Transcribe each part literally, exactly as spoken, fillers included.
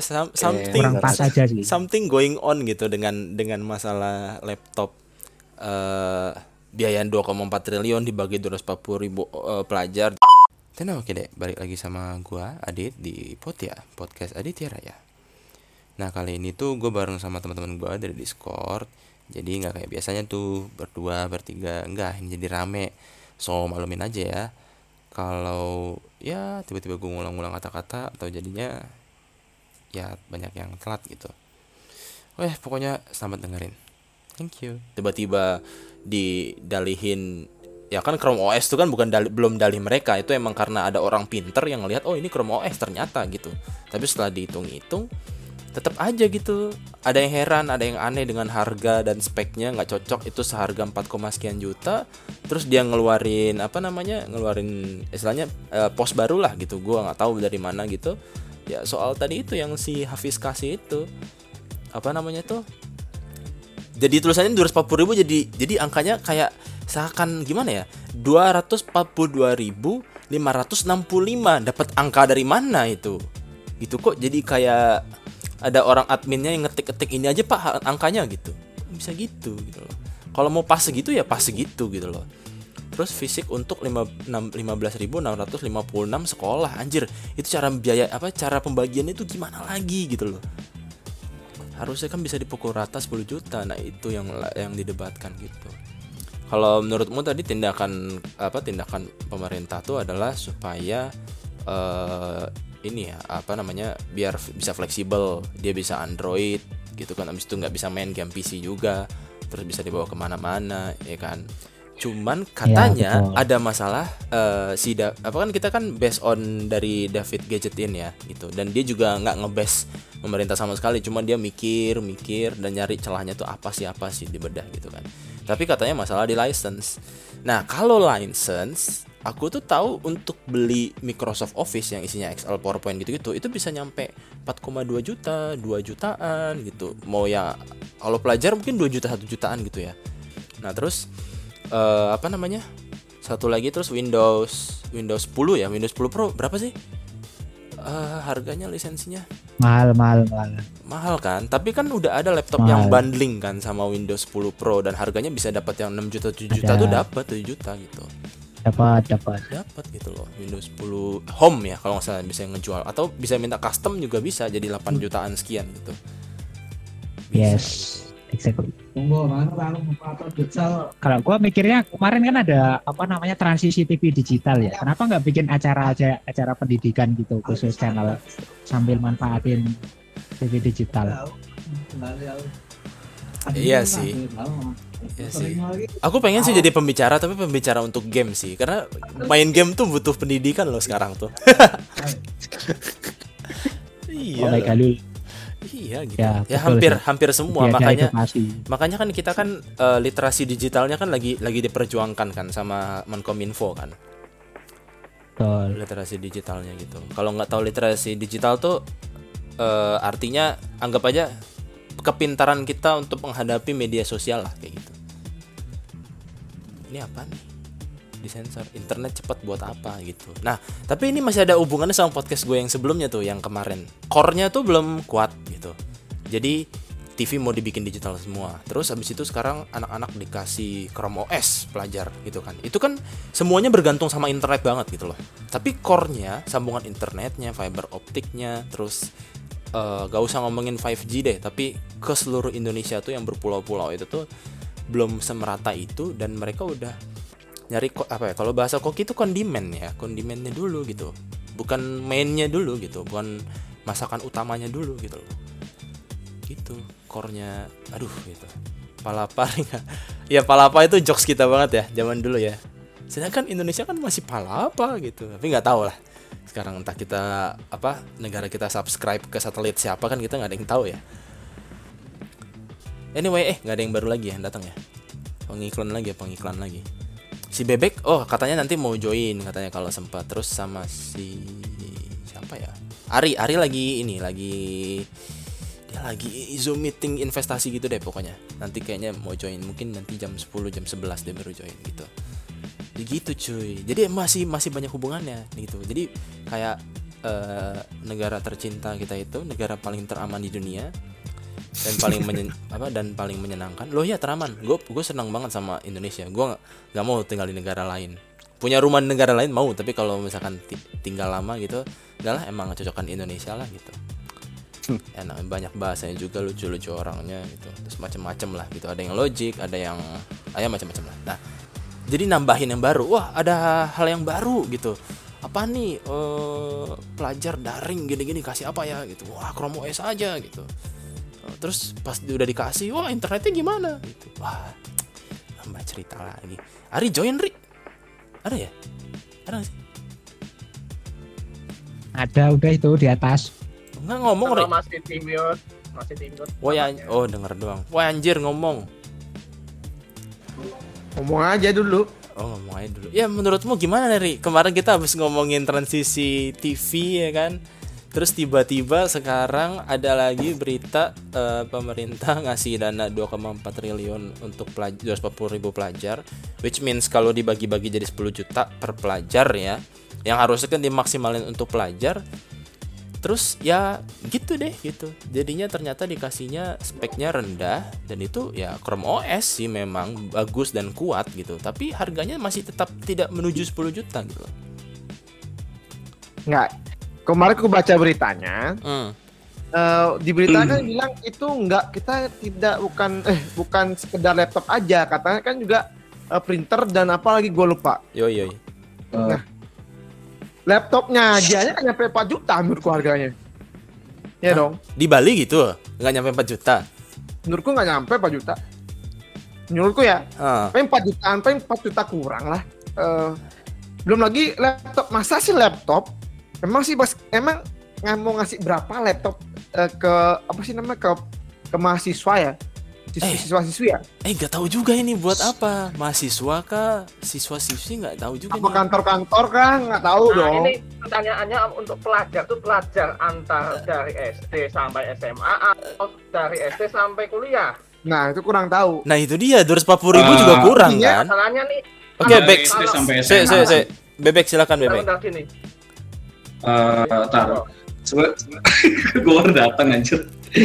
some, Oke, something kurang pas aja sih. something going on gitu dengan dengan masalah laptop eh biaya dua koma empat triliun dibagi dua ratus empat puluh ribu eh, pelajar. Dan oke deh, balik lagi sama gua Adit di Potia, podcast Aditya Raya. Nah, kali ini tuh gue bareng sama teman-teman gua dari Discord. Jadi nggak kayak biasanya tuh berdua, bertiga, enggak, ini jadi rame. So, malumin aja ya. Kalau ya tiba-tiba gue ngulang-ngulang kata-kata atau jadinya ya banyak yang telat gitu. Weh, pokoknya selamat dengerin. Thank you. Tiba-tiba didalihin, ya kan Chrome O S itu kan bukan dali, belum dalih mereka, itu emang karena ada orang pinter yang ngelihat oh ini Chrome O S ternyata gitu. Tapi setelah dihitung-hitung tetap aja gitu. Ada yang heran, ada yang aneh dengan harga dan speknya nggak cocok, itu seharga empat, sekian juta. Terus dia ngeluarin apa namanya? Ngeluarin istilahnya eh, pos baru lah gitu. Gua nggak tahu dari mana gitu. Ya soal tadi itu yang si Hafiz kasih itu. Apa namanya tuh? Jadi tulisannya dua ratus empat puluh ribu, jadi jadi angkanya kayak seakan gimana ya? dua ratus empat puluh dua ribu lima ratus enam puluh lima. Dapat angka dari mana itu? Gitu kok jadi kayak ada orang adminnya yang ngetik-ngetik ini aja Pak angkanya gitu. Bisa gitu gitu loh. Kalau mau pas segitu ya pas segitu gitu loh. Terus fisik untuk lima belas ribu enam ratus lima puluh enam sekolah. Anjir, itu cara biaya apa cara pembagiannya itu gimana lagi gitu loh. Harusnya kan bisa dipukul rata sepuluh juta. Nah, itu yang yang didebatkan gitu. Kalau menurutmu tadi tindakan apa tindakan pemerintah tuh adalah supaya uh, ini ya apa namanya biar bisa fleksibel, dia bisa Android gitu kan, abis itu nggak bisa main game P C juga, terus bisa dibawa kemana-mana ya kan. Cuman katanya ya, ada masalah uh, si da- apa kan kita kan based on dari David Gadgetin ya gitu, dan dia juga nggak ngebase pemerintah sama sekali, cuma dia mikir-mikir dan nyari celahnya tuh apa sih apa sih dibedah gitu kan. Tapi katanya masalah di license. Nah, kalau license aku tuh tahu untuk beli Microsoft Office yang isinya Excel, PowerPoint gitu-gitu itu bisa nyampe empat koma dua juta, dua jutaan gitu. Mau ya kalau pelajar mungkin dua juta, satu jutaan gitu ya. Nah, terus uh, apa namanya? Satu lagi terus Windows Windows sepuluh ya, Windows sepuluh Pro berapa sih? Uh, harganya lisensinya mahal mahal mahal mahal kan, tapi kan udah ada laptop mahal. yang bundling kan sama Windows sepuluh Pro dan harganya bisa dapat yang enam juta, tujuh juta ada. Tuh dapat tujuh juta gitu. Dapat dapat dapat gitu loh. Windows sepuluh Home ya kalau nggak salah bisa ngejual, atau bisa minta custom juga bisa jadi delapan jutaan sekian gitu. Bisa, yes gitu. Exactly. Kalau gua mikirnya kemarin kan ada apa namanya transisi T V digital ya. Kenapa nggak bikin acara aja acara pendidikan gitu khusus channel sambil manfaatin T V digital? Iya sih. Iya sih. Aku pengen sih jadi pembicara, tapi pembicara untuk game sih, karena main game tuh butuh pendidikan loh sekarang tuh. Iya. Oh my God. Iya gitu. Ya, ya hampir sih. hampir semua Ya, makanya edukasi. makanya kan kita kan uh, literasi digitalnya kan lagi lagi diperjuangkan kan sama Menkominfo kan. Betul. Literasi digitalnya gitu. Kalau nggak tahu literasi digital tuh uh, artinya anggap aja kepintaran kita untuk menghadapi media sosial lah kayak gitu. Ini apa nih? Disensor. Internet cepat buat apa gitu. Nah, tapi ini masih ada hubungannya sama podcast gue yang sebelumnya tuh, yang kemarin. Core-nya tuh belum kuat gitu. Jadi T V mau dibikin digital semua. Terus habis itu sekarang anak-anak dikasih Chrome O S pelajar gitu kan. Itu kan semuanya bergantung sama internet banget gitu loh. Tapi core-nya, sambungan internetnya, fiber optiknya, terus uh, gak usah ngomongin lima G deh, tapi ke seluruh Indonesia tuh yang berpulau-pulau itu tuh belum semerata itu, dan mereka udah nyari apa ya, kalau bahasa koki itu kondimen ya, kondimennya dulu gitu, bukan mainnya dulu gitu, bukan masakan utamanya dulu gitu loh, gitu core-nya. Aduh gitu, palapa ya, palapa itu jokes kita banget ya zaman dulu ya, sedangkan Indonesia kan masih palapa gitu, tapi nggak tahu lah sekarang, entah kita apa negara kita subscribe ke satelit siapa kan kita nggak ada yang tahu ya. Anyway, eh nggak ada yang baru lagi yang datang ya, pengiklan lagi ya pengiklan lagi. Si Bebek, oh katanya nanti mau join katanya kalau sempat. Terus sama si siapa ya? Ari, Ari lagi ini lagi dia lagi Zoom meeting investasi gitu deh pokoknya. Nanti kayaknya mau join, mungkin nanti jam sepuluh jam sebelas dia baru join gitu. Jadi gitu cuy. Jadi masih masih banyak hubungannya gitu. Jadi kayak uh, negara tercinta kita itu negara paling teraman di dunia dan paling menyen- apa dan paling menyenangkan. Loh ya teraman. Gue gue senang banget sama Indonesia. Gue nggak nggak mau tinggal di negara lain. Punya rumah di negara lain mau, tapi kalau misalkan t- tinggal lama gitu, udahlah emang cocokan Indonesia lah gitu. Enak, banyak bahasanya juga, lucu-lucu orangnya gitu. Terus macam-macam lah gitu. Ada yang logik, ada yang ah, ya macam-macam lah. Nah, jadi nambahin yang baru. Wah, ada hal yang baru gitu. Apa nih uh, pelajar daring gini-gini kasih apa ya gitu. Wah, Chrome O S aja gitu. Terus pas udah dikasih, wah internetnya gimana gitu. Wah, nambah cerita lagi. Ari join Ri. Ada ya? Ada gak sih? Ada, udah itu di atas. Enggak ngomong Ri. Masih di mute, masih di mute. Wah, ya, oh denger doang. Wah anjir ngomong. Ngomong aja dulu. Oh ngomong aja dulu. Ya menurutmu gimana Ri? Kemarin kita habis ngomongin transisi T V ya kan. Terus tiba-tiba sekarang ada lagi berita uh, pemerintah ngasih dana dua koma empat triliun untuk pelaj- dua ratus empat puluh ribu pelajar, which means kalau dibagi-bagi jadi sepuluh juta per pelajar ya, yang harusnya kan dimaksimalin untuk pelajar. Terus ya gitu deh gitu. Jadinya ternyata dikasihnya speknya rendah, dan itu ya Chrome O S sih memang bagus dan kuat gitu, tapi harganya masih tetap tidak menuju sepuluh juta gitu. Enggak. Kemarin aku baca beritanya. Hmm. Uh, di berita kan bilang itu enggak, kita tidak bukan eh bukan sekedar laptop aja, katanya kan juga uh, printer dan apa lagi gue lupa. Yo yo. yo. Nah, laptopnya aja kan nyampe empat juta menurutku harganya. Ya Hah? dong. Di Bali gitu, nggak nyampe empat juta. Menurutku nggak nyampe empat juta. Menurutku ya, Ah. paling empat jutaan, paling empat juta kurang lah. Uh, belum lagi laptop, masa sih laptop? Emang sih pas emang nggak mau ngasih berapa laptop uh, ke apa sih namanya ke ke mahasiswa ya, siswa Eh. siswa siswi ya, Eh nggak tahu juga ini buat apa, mahasiswa kah, siswa siswi nggak tahu juga. apa nih. kantor-kantor kan nggak tahu Nah, dong. ini pertanyaannya untuk pelajar tuh pelajar antar dari S D sampai S M A atau dari S D sampai kuliah? Nah itu kurang tahu. Nah itu dia dua ratus empat puluh ribu Uh, juga kurang iya. kan. Masalahnya nih. Oke, kalau- Bex. S D sampai S Se M A. se se Bebek silakan Bebek. Bentar gini. Eh, tar. Sebe- gue baru datang anjir.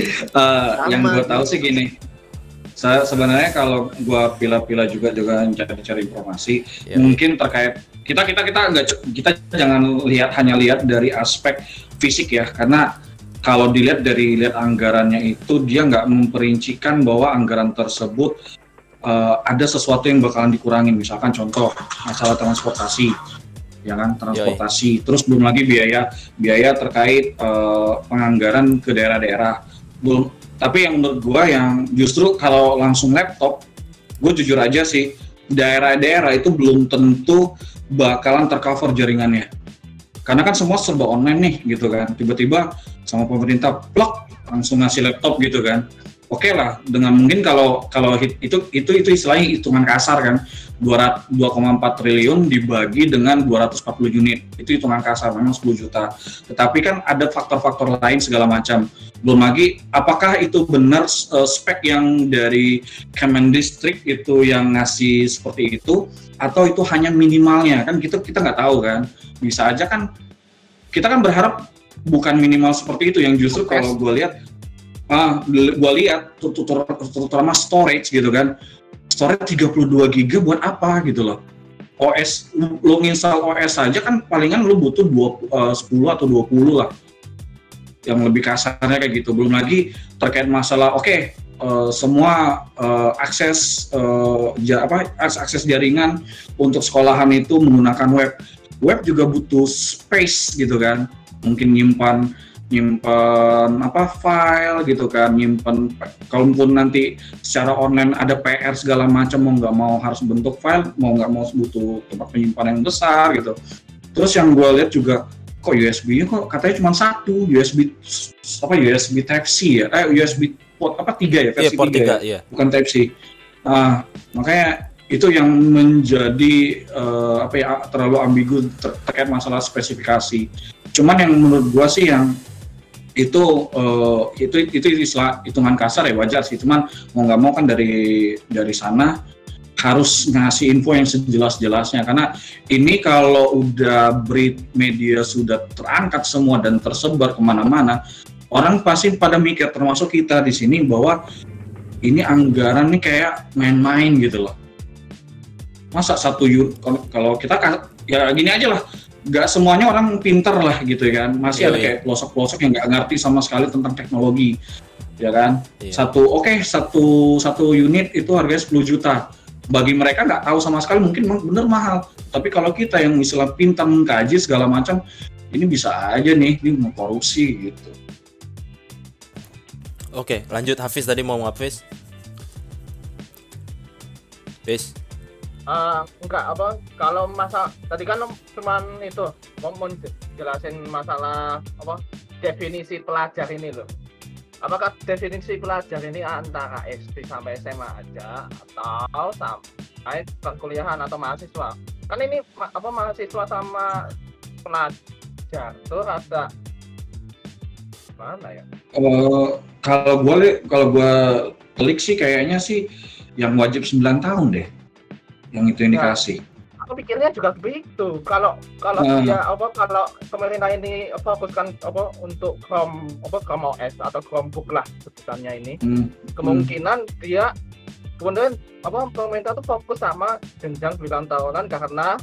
Eh, yang gue tahu sih gini. Saya sebenarnya kalau gue pila-pila juga juga cari-cari informasi, Ya. mungkin terkait kita kita kita nggak cu- kita jangan lihat hanya lihat dari aspek fisik ya, karena kalau dilihat dari lihat anggarannya itu dia nggak memperincikan bahwa anggaran tersebut eh, ada sesuatu yang bakalan dikurangin, misalkan contoh masalah transportasi, ya kan transportasi, terus belum lagi biaya biaya terkait uh, penganggaran ke daerah-daerah, belum. Tapi yang menurut gua yang justru kalau langsung laptop, gue jujur aja sih daerah-daerah itu belum tentu bakalan tercover jaringannya, karena kan semua serba online nih gitu kan, tiba-tiba sama pemerintah blok langsung ngasih laptop gitu kan. Oke okay lah, dengan mungkin kalau kalau hit, itu itu itu istilahnya hitungan kasar kan, dua koma empat triliun dibagi dengan dua ratus empat puluh unit, itu hitungan kasar, memang sepuluh juta. Tetapi kan ada faktor-faktor lain segala macam. Belum lagi apakah itu benar uh, spek yang dari Kemendistrik itu yang ngasih seperti itu, atau itu hanya minimalnya, kan kita kita nggak tahu kan. Bisa aja kan, kita kan berharap bukan minimal seperti itu, yang justru kalau gue lihat Ah, gue lihat terutama storage gitu kan, storage tiga puluh dua giga buat apa gitu loh. O S, lo nginstal O S aja kan palingan lo butuh dua, uh, sepuluh atau dua puluh lah, yang lebih kasarnya kayak gitu. Belum lagi terkait masalah, oke okay, uh, semua uh, akses uh, ja, apa akses jaringan untuk sekolahan itu menggunakan web, web juga butuh space gitu kan, mungkin nyimpan nyimpen apa file gitu kan, nyimpen kalaupun nanti secara online ada P R segala macam, mau nggak mau harus bentuk file, mau nggak mau butuh tempat penyimpanan yang besar gitu. Terus yang gue lihat juga kok U S B-nya kok katanya cuma satu, U S B apa U S B Type C ya, eh U S B port apa tiga ya, versi Iya, port tiga tiga, ya, iya. bukan Type C. Nah, makanya itu yang menjadi uh, apa ya terlalu ambigu ter- terkait masalah spesifikasi. Cuman yang menurut gue sih yang itu uh, itu itu istilah hitungan kasar ya, wajar sih, cuman mau nggak mau kan dari dari sana harus ngasih info yang sejelas-jelasnya, karena ini kalau udah berita media sudah terangkat semua dan tersebar kemana-mana, orang pasti pada mikir, termasuk kita di sini, bahwa ini anggaran nih kayak main-main gitu loh. Masa satu euro, kalau kita ya gini aja lah, nggak semuanya orang pinter lah gitu kan, masih Iya, ada iya. kayak pelosok-pelosok yang nggak ngerti sama sekali tentang teknologi, ya kan. Iya. Satu oke satu satu unit itu harganya sepuluh juta. Bagi mereka nggak tahu sama sekali mungkin bener mahal, tapi kalau kita yang istilah pintar mengkaji segala macam, ini bisa aja nih ini mau korupsi gitu. Oke, lanjut Hafiz tadi mau ngomong Hafiz. Hafiz. Eh, enggak apa kalau masa tadi kan cuman itu mau jelasin masalah apa definisi pelajar ini loh. Apakah definisi pelajar ini antara S D sampai S M A aja atau sampai perkuliahan atau mahasiswa? Kan ini ma- apa mahasiswa sama pelajar tuh rada mana ya? Uh, kalau gue kalau gue telik sih kayaknya sih yang wajib sembilan tahun deh, yang itu yang Ya. dikasih. Aku pikirnya juga begitu. Kalau kalau Hmm. dia apa kalau pemerintah ini fokuskan apa untuk Chrome apa Chrome O S atau Chromebook lah sebutannya ini, Hmm. kemungkinan dia kemudian apa pemerintah tuh fokus sama jenjang sembilan tahunan karena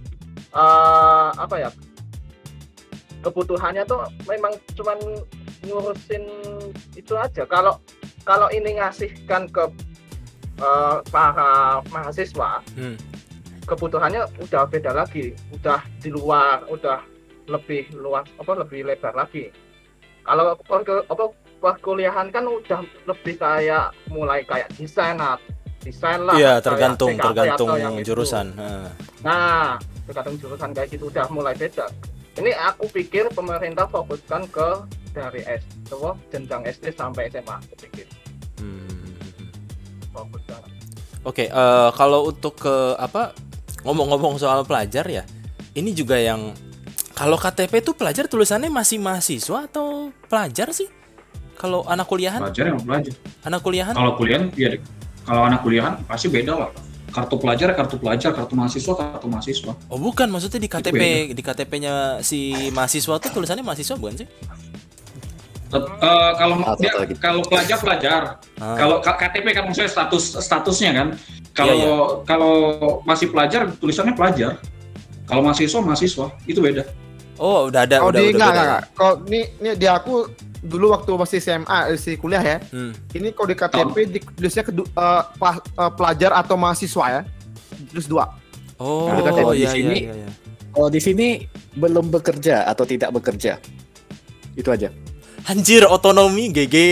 eh, apa ya kebutuhannya tuh memang cuman ngurusin itu aja. Kalau kalau ini ngasihkan ke eh, para mahasiswa, Hmm. kebutuhannya udah beda lagi, udah di luar, udah lebih luas apa lebih lebar lagi. Kalau perku- apa perkuliahan kan udah lebih kayak mulai kayak desain lah, desain lah. Iya, kayak tergantung T K P tergantung atau yang itu. jurusan. Heeh. Nah, tergantung jurusan kayak gitu udah mulai beda. Ini aku pikir pemerintah fokuskan ke dari S D, jenjang S D sampai S M A, aku pikir Hmm. fokuskan. Oke, eh, kalau untuk ke apa ngomong-ngomong soal pelajar ya, ini juga yang kalau K T P itu pelajar tulisannya masih mahasiswa atau pelajar sih? Kalau anak kuliahan, Pelajar yang pelajar. anak kuliahan, Kalau kuliah, ya kalau anak kuliahan pasti beda lah. Kartu pelajar, kartu pelajar, kartu mahasiswa, kartu mahasiswa. oh bukan, maksudnya di K T P, di K T P-nya si mahasiswa tuh tulisannya mahasiswa bukan sih? Tet- eh, kalau Atau dia, lagi. kalau pelajar pelajar, Ah. kalau K- KTP kan maksudnya status statusnya kan. Kalau Iya, kalau masih pelajar tulisannya pelajar. Kalau mahasiswa mahasiswa itu beda. Oh, udah ada, Kalau udah di udah enggak, beda. enggak, enggak. Kalau ini ini di aku dulu waktu masih S M A, si kuliah ya. Hmm. Ini kalau di K T P ditulisnya kedu, eh, pa- eh, pelajar atau mahasiswa ya. Terus dua. Oh, Nah, kalau di iya, sini- iya, iya. Kalau di sini belum bekerja atau tidak bekerja. Itu aja. Anjir, otonomi G G.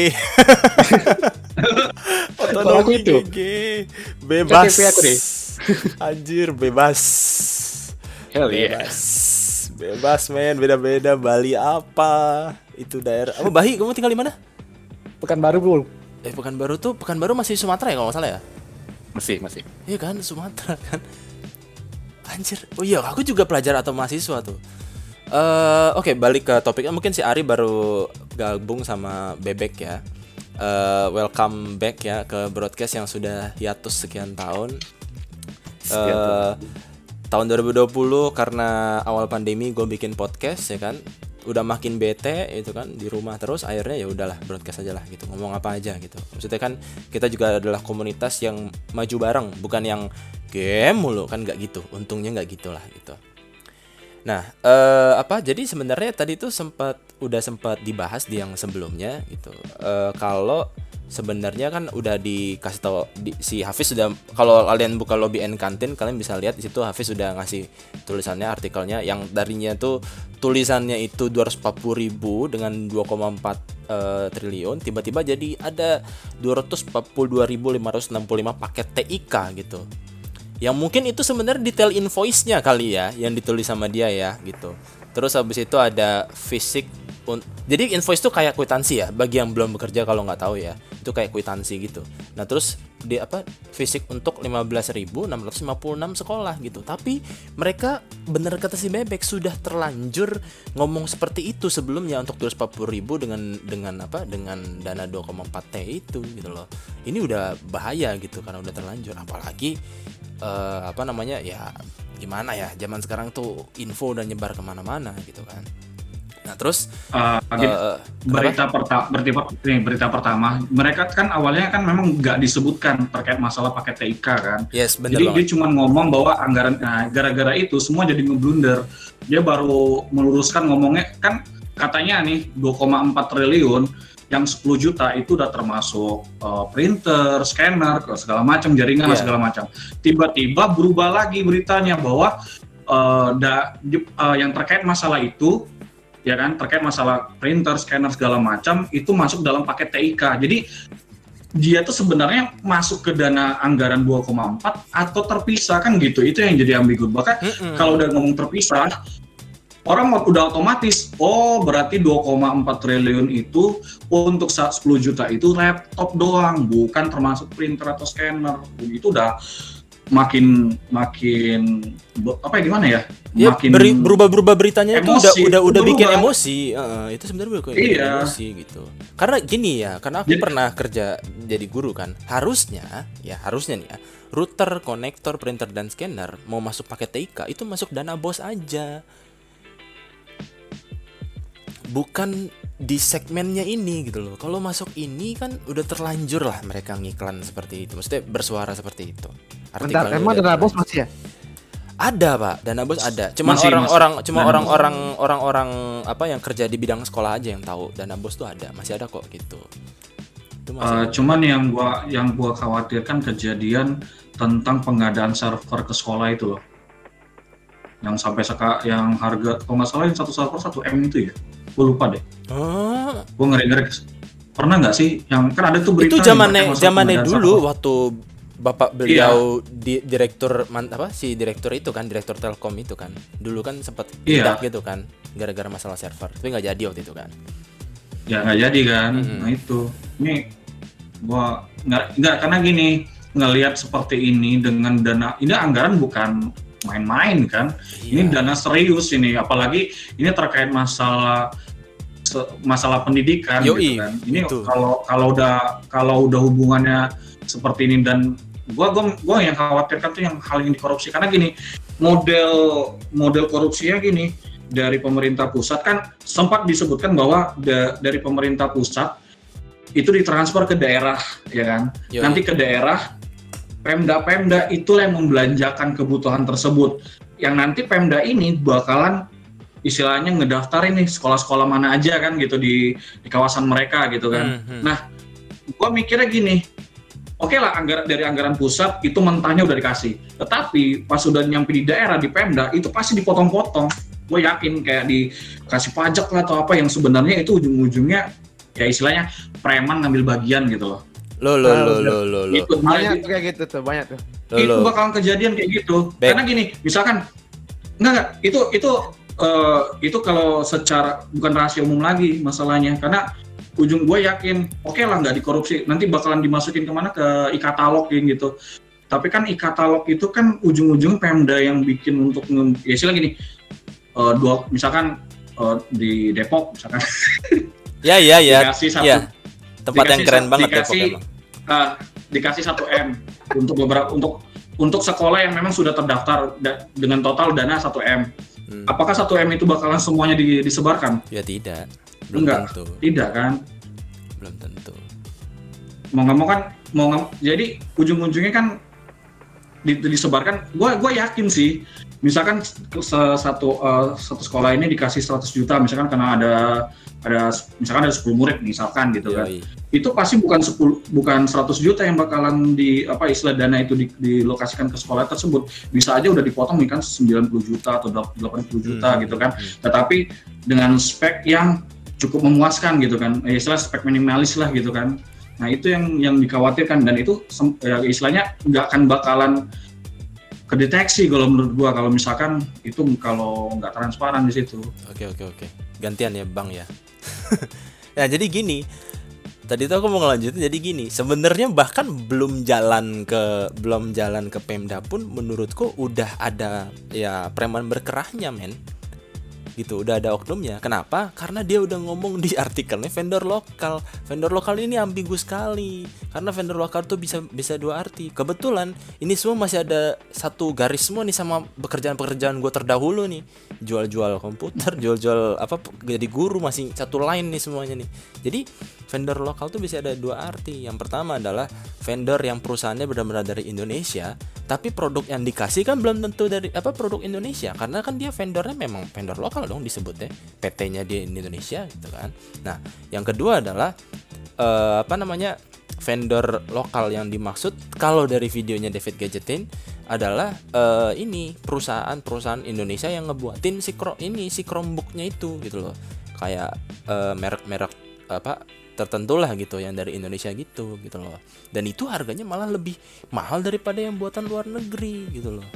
Otonomi Kalau itu. G G. Bebas. K T P aku deh. Anjir, bebas. Hell yeah. Bebas. Bebas, men. Beda-beda. Bali apa? Itu daerah. Apa Bahi, kamu tinggal di mana? Pekanbaru belum? Eh, Pekanbaru tuh, Pekanbaru masih Sumatera ya kalau nggak salah ya? Masih, masih. Iya kan, Sumatera kan. Anjir. Oh iya, aku juga pelajar atau mahasiswa tuh. Eh, oke, balik ke topiknya. Mungkin si Ari baru gabung sama Bebek ya. Eh, welcome back ya ke broadcast yang sudah hiatus sekian tahun. Sekian Eh, tahun. tahun dua ribu dua puluh karena awal pandemi gue bikin podcast ya kan. Udah makin bete itu kan di rumah terus, akhirnya ya udahlah broadcast aja lah gitu, ngomong apa aja gitu. Maksudnya kan kita juga adalah komunitas yang maju bareng, bukan yang game mulu kan, nggak gitu, untungnya nggak gitulah gitu. Nah, eh, apa jadi sebenarnya tadi tuh sempat udah sempat dibahas di yang sebelumnya gitu. Eh, kalau sebenarnya kan udah dikasih tahu di, si Hafiz sudah, kalau kalian buka lobby N kantin kalian bisa lihat di situ Hafiz sudah ngasih tulisannya, artikelnya yang darinya tuh tulisannya itu dua ratus empat puluh ribu dengan dua koma empat eh, triliun, tiba-tiba jadi ada dua ratus empat puluh dua ribu lima ratus enam puluh lima paket T I K gitu. Yang mungkin itu sebenarnya detail invoice-nya kali ya yang ditulis sama dia ya gitu. Terus habis itu ada fisik un- jadi invoice tuh kayak kwitansi ya bagi yang belum bekerja, kalau nggak tahu ya. Itu kayak kwitansi gitu. Nah, terus di apa fisik untuk lima belas ribu enam ratus lima puluh enam sekolah gitu. Tapi mereka bener kata si Bebek sudah terlanjur ngomong seperti itu sebelumnya untuk dua ratus empat puluh ribu dengan dengan apa dengan dana dua koma empat T itu gitu loh. Ini udah bahaya gitu karena udah terlanjur, apalagi eh, apa namanya ya gimana ya, zaman sekarang tuh info udah nyebar kemana-mana gitu kan. Nah terus Uh, gitu. eh, berita pertama berita, nih, berita pertama mereka kan awalnya kan memang nggak disebutkan terkait masalah paket T I K kan. yes bener Jadi banget. dia cuma ngomong bahwa anggaran, nah, gara-gara itu semua jadi ngeblunder. Dia baru meluruskan ngomongnya kan katanya nih dua koma empat triliun yang sepuluh juta itu udah termasuk uh, printer, scanner, segala macam jaringan Yeah. segala macam. Tiba-tiba berubah lagi beritanya bahwa uh, da, di, uh, yang terkait masalah itu ya kan terkait masalah printer, scanner segala macam itu masuk dalam paket T I K. Jadi dia tuh sebenarnya masuk ke dana anggaran dua koma empat atau terpisah kan gitu. Itu yang jadi ambigu. Bahkan Mm-mm. kalau udah ngomong terpisah, orang udah otomatis, oh berarti dua koma empat triliun itu untuk sepuluh juta itu laptop doang, bukan termasuk printer atau scanner. Itu udah makin makin apa ya gimana ya? Ya, Makin beri- berubah-berubah beritanya itu udah emosi, udah udah bikin berubah. emosi. Heeh, itu sebenarnya udah bikin Iya. emosi gitu. Karena gini ya, karena aku Jadi- pernah kerja jadi guru kan. Harusnya, ya harusnya nih ya, router, konektor, printer dan scanner mau masuk paket T I K itu masuk dana bos aja. Bukan di segmennya ini gitu loh. Kalau masuk ini kan udah terlanjur lah mereka ngiklan seperti itu. Maksudnya bersuara seperti itu. Bentar, Artikelnya emang udah dana bos terlanjur. masih ya? Ada pak, dana bos ada. Cuman Masih, orang-orang, masih. cuma Dana orang-orang, orang-orang apa yang kerja di bidang sekolah aja yang tahu dana bos tuh ada, masih ada kok gitu. Itu masih Uh, ada. cuman yang gua yang gua khawatirkan kejadian tentang pengadaan server ke sekolah itu loh, yang sampai seka, yang harga kalau nggak salah yang satu server satu M itu ya, gua lupa deh, Oh, gua ngeri-ngeri. Pernah nggak sih yang kan ada tuh berita itu yang zamannya pakai masalah zamannya pengadaan dulu server. waktu bapak beliau di direktur man, apa si direktur itu kan direktur Telkom itu kan dulu kan sempat Iya. tidak gitu kan gara-gara masalah server, tapi nggak jadi waktu itu kan. Ya nggak jadi kan. Mm-mm. Nah itu ini gua nggak nggak karena gini, ngelihat seperti ini dengan dana ini anggaran bukan main-main kan. Ini Iya. dana serius ini, apalagi ini terkait masalah se- masalah pendidikan Yoi, gitu kan. Ini betul. kalau kalau udah kalau udah hubungannya seperti ini dan gua gua gua yang khawatirkan tuh yang hal yang dikorupsi karena gini, model model korupsinya gini, dari pemerintah pusat kan sempat disebutkan bahwa da- dari pemerintah pusat itu ditransfer ke daerah ya kan. Yoi. Nanti ke daerah Pemda-pemda itulah yang membelanjakan kebutuhan tersebut. Yang nanti Pemda ini bakalan istilahnya ngedaftarin nih sekolah-sekolah mana aja kan gitu di di kawasan mereka gitu kan. Mhm. Nah, gua mikirnya gini, oke lah anggaran dari anggaran pusat itu mentahnya udah dikasih, tetapi pas udah nyampe di daerah di Pemda itu pasti dipotong-potong. Gue yakin kayak dikasih pajak lah atau apa yang sebenarnya itu ujung-ujungnya ya istilahnya preman ngambil bagian gitu loh. Lo lo lo lo lo lo. Itu Banyak tuh kayak gitu tuh, banyak tuh. Lo, itu lo. bakalan kejadian kayak gitu. Baik. Karena gini, misalkan enggak enggak itu itu eh, itu kalau secara bukan rahasia umum lagi masalahnya karena ujung gue yakin oke lah nggak dikorupsi nanti bakalan dimasukin kemana ke e-katalog gitu. Tapi kan e-katalog itu kan ujung-ujung Pemda yang bikin untuk nge- ya istilah gini eh, dua misalkan eh, di Depok misalkan Ya ya ya. dikasih satu Ya. Tempat yang dikasih keren sa- banget Depok dikasih, emang. eh, dikasih satu M untuk beberapa untuk untuk sekolah yang memang sudah terdaftar da- dengan total dana satu M. Hmm. Apakah satu M itu bakalan semuanya di- disebarkan? Ya tidak. Belum Enggak. tentu. Tidak kan? Belum tentu. Mau nggak mau kan mau nggak jadi ujung-ujungnya kan di- disebarkan. Gua gua yakin sih. Misalkan se- satu eh, satu sekolah ini dikasih seratus juta misalkan karena ada ada misalkan ada sepuluh murid misalkan gitu kan. Yoi. Itu pasti bukan sepuluh bukan seratus juta yang bakalan di apa istilah dana itu di, dilokasikan ke sekolah tersebut. Bisa aja udah dipotong nih kan sembilan puluh juta atau delapan puluh juta Hmm. gitu kan. Hmm. Tetapi dengan spek yang cukup memuaskan gitu kan. Eh, istilah spek minimalis lah gitu kan. Nah, itu yang yang dikhawatirkan dan itu sem- ya, istilahnya nggak akan bakalan kedeteksi kalau menurut gua kalau misalkan itu kalau nggak transparan di situ. Oke oke oke. Gantian ya Bang ya. Nah jadi gini, tadi tuh aku mau ngelanjutin jadi gini. Sebenarnya bahkan belum jalan ke belum jalan ke Pemda pun menurutku udah ada ya preman berkerahnya men. gitu, udah ada oknumnya. Kenapa? Karena dia udah ngomong di artikelnya vendor lokal. Vendor lokal ini ambigu sekali, karena vendor lokal tuh bisa bisa dua arti. Kebetulan ini semua masih ada satu garis semua nih sama pekerjaan-pekerjaan gue terdahulu nih, jual-jual komputer, jual-jual apa, jadi guru, masih satu line nih semuanya nih. Jadi vendor lokal tuh bisa ada dua arti. Yang pertama adalah vendor yang perusahaannya benar-benar dari Indonesia, tapi produk yang dikasih kan belum tentu dari apa produk Indonesia, karena kan dia vendornya memang vendor lokal dong disebutnya, P T-nya di Indonesia gitu kan. Nah, yang kedua adalah eh, apa namanya vendor lokal yang dimaksud kalau dari videonya David Gadgetin adalah eh, ini perusahaan-perusahaan Indonesia yang ngebuatin si Chrome ini si Chromebook-nya itu gitu loh, kayak eh, merek-merek apa tertentu lah gitu yang dari Indonesia gitu gitu loh. Dan itu harganya malah lebih mahal daripada yang buatan luar negeri gitu loh.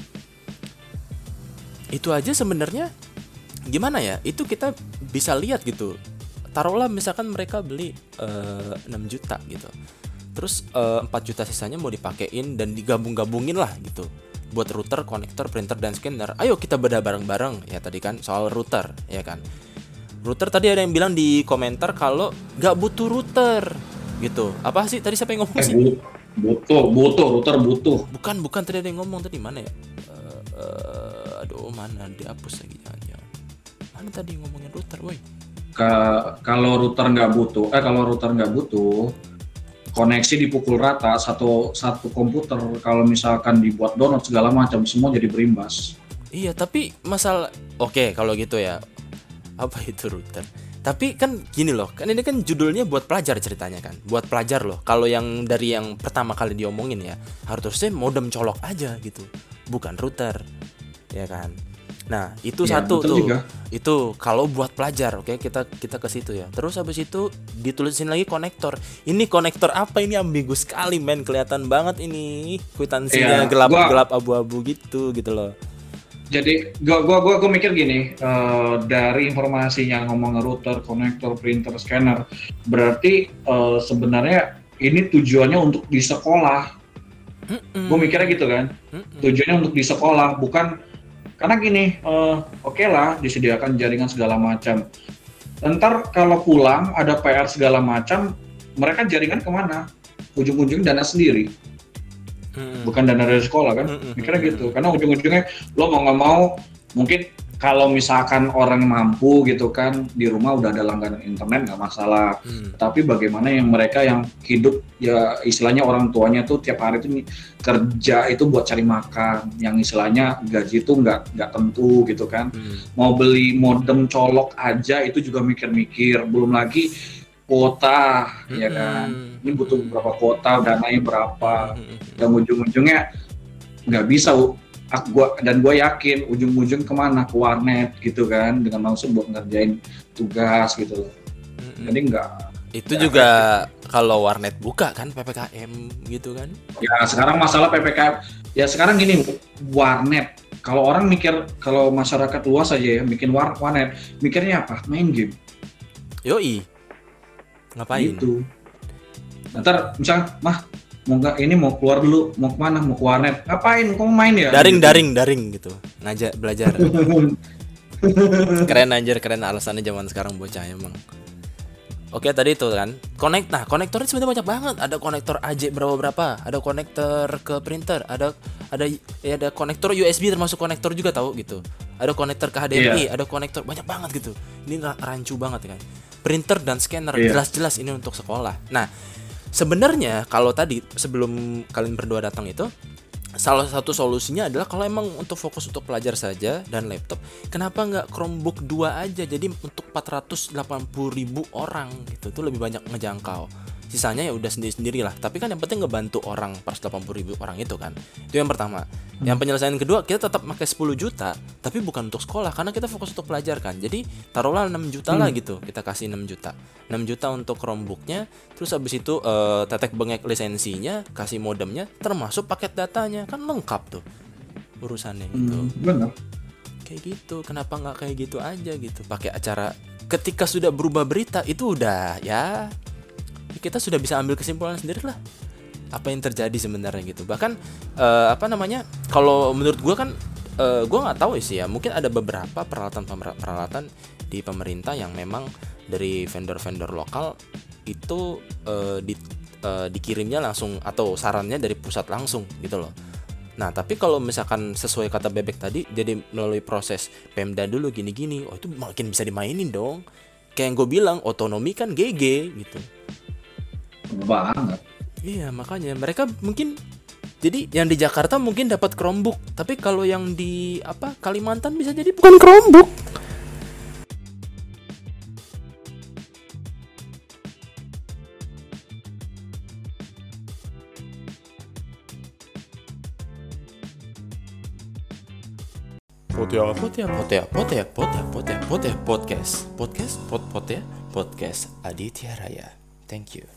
Itu aja sebenarnya gimana ya, itu kita bisa lihat gitu. Taruhlah misalkan mereka beli uh, enam juta gitu, terus uh, empat juta sisanya mau dipakein dan digabung-gabungin lah gitu buat router, konektor, printer, dan scanner. Ayo kita bedah bareng-bareng ya. Tadi kan soal router ya kan, router tadi ada yang bilang di komentar kalau gak butuh router gitu. Apa sih tadi, siapa yang ngomong Eh, sih? bu- butuh, butuh, router butuh. Bukan, bukan tadi ada yang ngomong tadi, mana ya? Uh, uh, aduh, mana dihapus lagi jangan-jangan. Mana tadi ngomongin router, woi? Ka- kalau router nggak butuh, eh kalau router nggak butuh, koneksi dipukul rata satu satu komputer. Kalau misalkan dibuat download segala macam, semua jadi berimbas. Iya, tapi masalah, oke kalau gitu ya. Apa itu router? Tapi kan gini loh, kan ini kan judulnya buat pelajar ceritanya kan, buat pelajar loh. Kalau yang dari yang pertama kali diomongin ya, harusnya modem colok aja gitu, bukan router, ya kan? Nah itu Ya, satu betul tuh, juga. itu kalau buat pelajar, oke kita kita ke situ ya. Terus habis itu ditulisin lagi konektor. Ini konektor apa ini, ambigu sekali men, kelihatan banget ini kwitansinya Iya, gelap gua- gelap abu-abu gitu gitu loh. Jadi gua gua gua, gua mikir gini, eh, dari informasi yang ngomong router, konektor, printer, scanner, berarti eh, sebenarnya ini tujuannya untuk di sekolah. Mm-mm. Gue mikirnya gitu kan, Mm-mm. tujuannya untuk di sekolah, bukan karena gini, eh, oke lah disediakan jaringan segala macam. Ntar kalau pulang ada P R segala macam, mereka jaringan kemana? Ujung-ujungnya dana sendiri, Mm-mm. bukan dana dari sekolah kan? Mm-mm. Mikirnya gitu, karena ujung-ujungnya lo mau nggak mau, mungkin kalau misalkan orang mampu gitu kan, di rumah udah ada langganan internet nggak masalah. Mm. Tapi bagaimana yang mereka yang hidup ya istilahnya orang tuanya tuh tiap hari itu kerja itu buat cari makan, yang istilahnya gaji itu nggak nggak tentu gitu kan. Mm. Mau beli modem colok aja itu juga mikir-mikir, belum lagi kuota ya kan. Mm-mm. Ini butuh berapa kuota, dananya berapa, Mm-mm. dan ujung-ujungnya nggak bisa. Ak- gua dan gue yakin ujung-ujung kemana, ke warnet gitu kan, dengan langsung buat ngerjain tugas gitu loh. Mm-mm. Jadi nggak. Itu juga kalau warnet buka kan P P K M gitu kan. Ya sekarang masalah P P K M, ya sekarang gini, warnet. Kalau orang mikir, kalau masyarakat luas aja ya bikin war warnet, mikirnya apa? Main game. Yoi. Ngapain? Gitu. Ntar misalnya, mah mau nggak ini mau keluar dulu, mau kemana? Mau ke warnet. Ngapain? Kamu main ya? Daring Gitu. daring daring gitu. Ngajak belajar. Keren anjir, keren alasannya zaman sekarang bocah emang. Oke tadi itu kan konek, nah konektornya sebenarnya banyak banget. Ada konektor A J berapa berapa, ada konektor ke printer, ada ada ya ada konektor U S B termasuk konektor juga tahu gitu. Ada konektor ke H D M I, Iya. ada konektor banyak banget gitu. Ini ra- rancu banget kan. Printer dan scanner Iya. jelas-jelas ini untuk sekolah. Nah sebenarnya kalau tadi sebelum kalian berdua datang itu, salah satu solusinya adalah kalau emang untuk fokus untuk pelajar saja dan laptop, kenapa nggak Chromebook dua aja? Jadi untuk empat ratus delapan puluh ribu orang gitu, itu lebih banyak ngejangkau. Sisanya ya udah sendiri-sendiri lah. Tapi kan yang penting ngebantu orang empat ratus delapan puluh ribu orang itu kan. Itu yang pertama. Yang penyelesaian kedua, kita tetap pakai sepuluh juta, tapi bukan untuk sekolah karena kita fokus untuk pelajar kan. Jadi taruhlah enam juta lah gitu. Kita kasih enam juta. enam juta untuk Chromebooknya, terus habis itu eh, tetek bengek lisensinya, kasih modemnya, termasuk paket datanya, kan lengkap tuh urusannya gitu. Hmm, bener. Kayak gitu, kenapa nggak kayak gitu aja gitu, pakai acara ketika sudah berubah berita itu udah ya kita sudah bisa ambil kesimpulan sendiri lah apa yang terjadi sebenarnya gitu. Bahkan eh, apa namanya, kalau menurut gue kan uh, gue nggak tahu sih ya, mungkin ada beberapa peralatan peralatan di pemerintah yang memang dari vendor-vendor lokal itu uh, di, uh, dikirimnya langsung atau sarannya dari pusat langsung gitu loh. Nah tapi kalau misalkan sesuai kata Bebek tadi, jadi melalui proses Pemda dulu gini-gini, oh itu makin bisa dimainin dong. Kayak yang gue bilang, otonomi kan G G gitu. Banget. Iya makanya mereka mungkin, jadi yang di Jakarta mungkin dapat Chromebook, tapi kalau yang di apa Kalimantan bisa jadi bukan Chromebook. Potea, potea, potea, potea, potea, potea, potea, podcast, podcast, pot, potea, podcast Aditya Raya. Thank you.